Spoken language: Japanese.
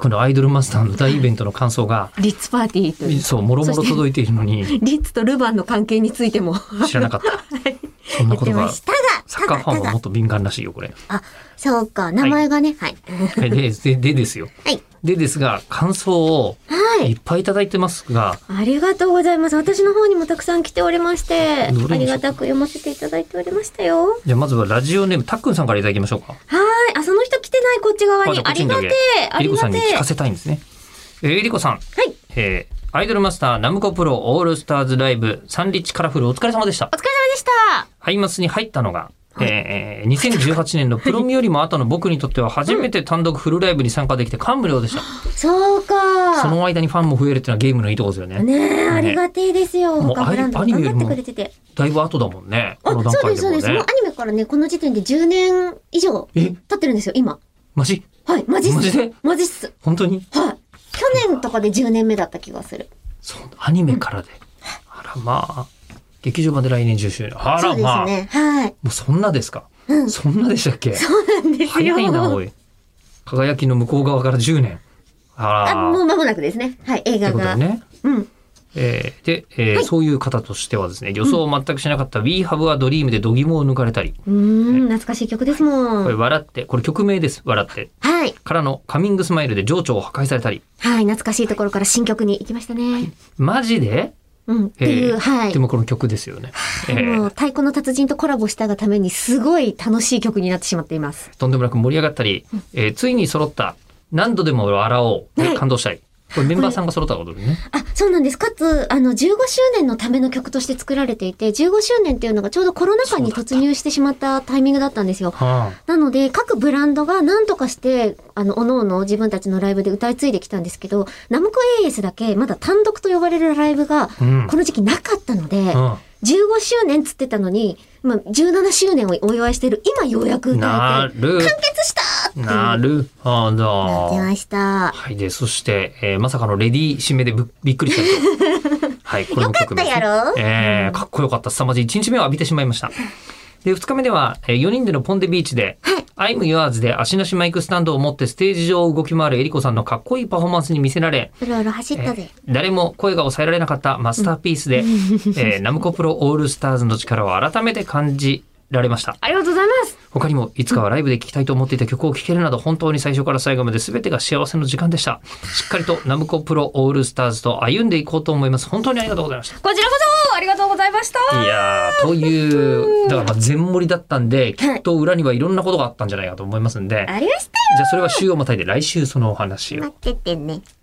クのアイドルマスターの大イベントの感想がリッツパーティーという、 そうもろもろ届いているのにリッツとルヴァンの関係についても知らなかった。そんなことが言ってましたが、 サッカーファンはもっと敏感らしいよこれ。 そうか、名前がね、はい。 でですよ。 はい。 でですが感想をいっぱいいただいてますが、 ありがとうございます。私の方にもたくさん来ておりまして、 どれにしようありがたく読ませていただいておりましたよ。 じゃあまずはラジオネームたっくんさんからいただきましょうか。 その人来てない、こっち側に。ありがてえ、あえりこさりがてえ。 んに聞かせたいんですね。えりこさん、 はい。 アイドルマスターナムコプロオールスターズライブサンリッチカラフルお疲れ様でした。 お疲れ様でした。 アイマスに入ったのが、2018年のプロミよりも後の僕にとっては初めて単独フルライブに参加できて感無量でした。 そうか。 その間にファンも増えるっていうのはゲームのいいとこですよね。 ねえ、ありがてえですよ。 もう他ブランド頑張ってアニメよりもくれてて。 だいぶ後だもんね。この段そうです、 階でもね。 そうです。もうアニメからね、この時点で10年以上経ってるんですよ、今。 マジ？ はい、マジっす。 マジで？ マジっす。 本当に？ はい。去年とかで10年目だった気がする。 そう、アニメからで。あらまあ。劇場まで来年10周年。あらまあ。 そうですね。はい。 もうそんなですか。そんなでしたっけ？ そうなんですよ。 早いな、おい。輝きの向こう側から10年。 もう間もなくですね。はい、映画が。 ってことだね。 うん。 そういう方としてはですね、予想を全くしなかった We Have a Dream で度肝を抜かれたり。 懐かしい曲ですもん。 これ笑って、これ曲名です。笑って。 はい。 からのカミングスマイルで情緒を破壊されたり。 はい、懐かしいところから新曲に行きましたね。 マジで？ っていう、はい。 でもこの曲ですよね。 もう太鼓の達人とコラボしたがためにすごい楽しい曲になってしまっています。 とんでもなく盛り上がったり、ついに揃った何度でも笑おう、感動したり。これメンバーさんが揃ったことですね。 そうなんです。かつ、15周年のための曲として作られていて、15周年っていうのがちょうどコロナ禍に突入してしまったタイミングだったんですよ。なので、各ブランドが何とかして、各々自分たちのライブで歌い継いできたんですけど、ナムコ AS だけまだ単独と呼ばれるライブが、この時期なかったので、15周年つってたのに、17周年をお祝いしてる、今ようやく歌えて、完結したっていう。 なるほど。 なってました。 はい。で、そして、まさかのレディー締めでびっくりしたと。はい。これも曲名ですね。 よかったやろ？ かっこよかった。凄まじい1日目を浴びてしまいました。で、2日目では、4人でのポンデビーチで、I'm Yours で足なしマイクスタンドを持ってステージ上を動き回るエリコさんのかっこいいパフォーマンスに見せられ、 うろうろ走ったぜ。 誰も声が抑えられなかったマスターピースで、ナムコプロオールスターズの力を改めて感じられました。 ありがとうございます。 他にもいつかはライブで聴きたいと思っていた曲を聴けるなど本当に最初から最後まで全てが幸せの時間でした。しっかりとナムコプロオールスターズと歩んでいこうと思います。本当にありがとうございました。 こちらこそありがとうございました。 いやー、という、だから全盛りだったんで、きっと裏にはいろんなことがあったんじゃないかと思いますんで、 ありましたよ。 じゃあそれは週をまたいで来週そのお話を。 待っててね。